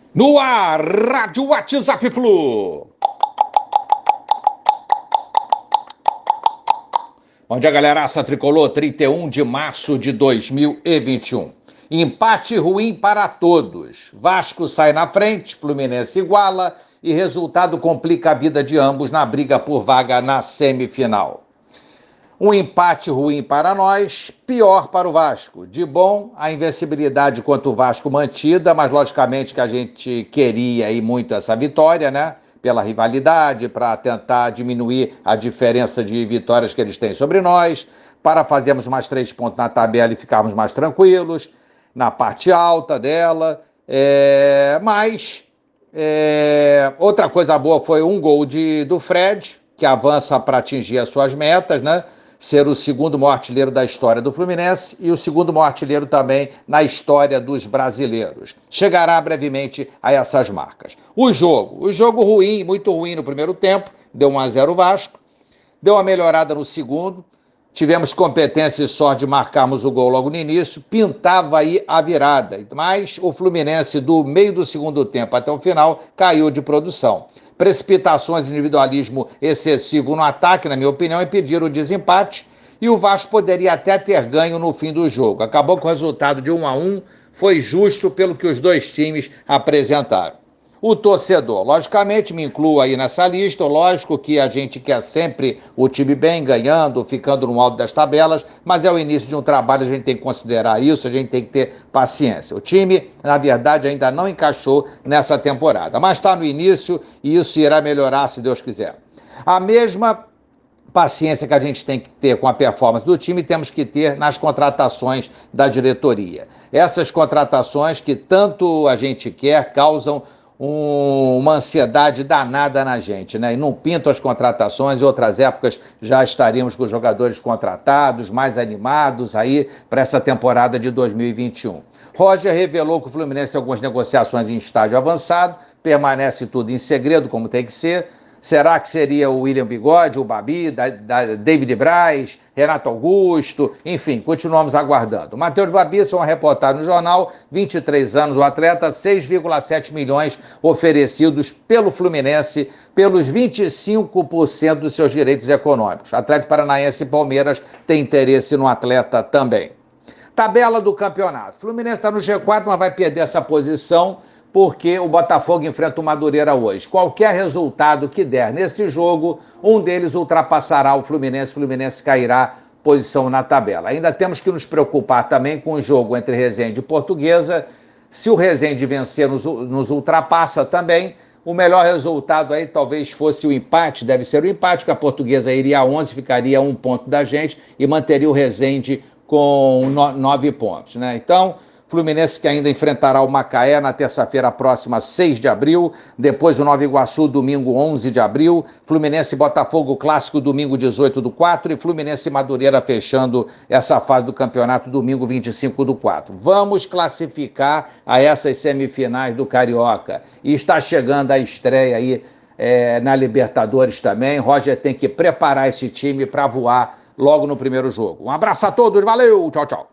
No ar, Rádio WhatsApp Flu. Bom dia, galeraça tricolor, 31 de março de 2021. Empate ruim para todos. Vasco sai na frente, Fluminense iguala e resultado complica a vida de ambos na briga por vaga na semifinal. Um empate ruim para nós, pior para o Vasco. De bom, a invencibilidade contra o Vasco mantida, mas logicamente que a gente queria e muito essa vitória, né? Pela rivalidade, para tentar diminuir a diferença de vitórias que eles têm sobre nós, para fazermos mais 3 pontos na tabela e ficarmos mais tranquilos, na parte alta dela. Outra coisa boa foi um gol do Fred, que avança para atingir as suas metas, né? Ser o segundo maior artilheiro da história do Fluminense e o segundo maior artilheiro também na história dos brasileiros. Chegará brevemente a essas marcas. O jogo ruim, muito ruim no primeiro tempo, deu 1-0 o Vasco, deu uma melhorada no segundo, tivemos competência e sorte de marcarmos o gol logo no início, pintava aí a virada, mas o Fluminense do meio do segundo tempo até o final caiu de produção. Precipitações e individualismo excessivo no ataque, na minha opinião, impediram o desempate e o Vasco poderia até ter ganho no fim do jogo. Acabou com o resultado de 1-1, foi justo pelo que os dois times apresentaram. O torcedor, logicamente, me incluo aí nessa lista, lógico que a gente quer sempre o time bem, ganhando, ficando no alto das tabelas, mas é o início de um trabalho, a gente tem que considerar isso, a gente tem que ter paciência. O time, na verdade, ainda não encaixou nessa temporada, mas está no início e isso irá melhorar se Deus quiser. A mesma paciência que a gente tem que ter com a performance do time, temos que ter nas contratações da diretoria. Essas contratações que tanto a gente quer causam uma ansiedade danada na gente, né? E não pintam as contratações, em outras épocas já estaríamos com os jogadores contratados, mais animados aí para essa temporada de 2021. Roger revelou que o Fluminense tem algumas negociações em estágio avançado, permanece tudo em segredo, como tem que ser. Será que seria o William Bigode, o Babi, David Braz, Renato Augusto? Enfim, continuamos aguardando. Matheus Babi, uma reportagem no jornal, 23 anos, o atleta, 6,7 milhões oferecidos pelo Fluminense pelos 25% dos seus direitos econômicos. Atlético Paranaense e Palmeiras têm interesse no atleta também. Tabela do campeonato. Fluminense está no G4, mas vai perder essa posição porque o Botafogo enfrenta o Madureira hoje. Qualquer resultado que der nesse jogo, um deles ultrapassará o Fluminense cairá posição na tabela. Ainda temos que nos preocupar também com o jogo entre Resende e Portuguesa. Se o Resende vencer, nos ultrapassa também. O melhor resultado aí talvez fosse o empate, deve ser o empate, que a Portuguesa iria a 11, ficaria a 1 ponto da gente e manteria o Resende com 9 pontos, né? Então, Fluminense que ainda enfrentará o Macaé na terça-feira próxima, 6 de abril. Depois o Nova Iguaçu, domingo 11 de abril. Fluminense e Botafogo clássico, domingo 18/4. E Fluminense e Madureira fechando essa fase do campeonato, domingo 25/4. Vamos classificar a essas semifinais do Carioca. E está chegando a estreia aí na Libertadores também. Roger tem que preparar esse time para voar logo no primeiro jogo. Um abraço a todos, valeu, tchau, tchau.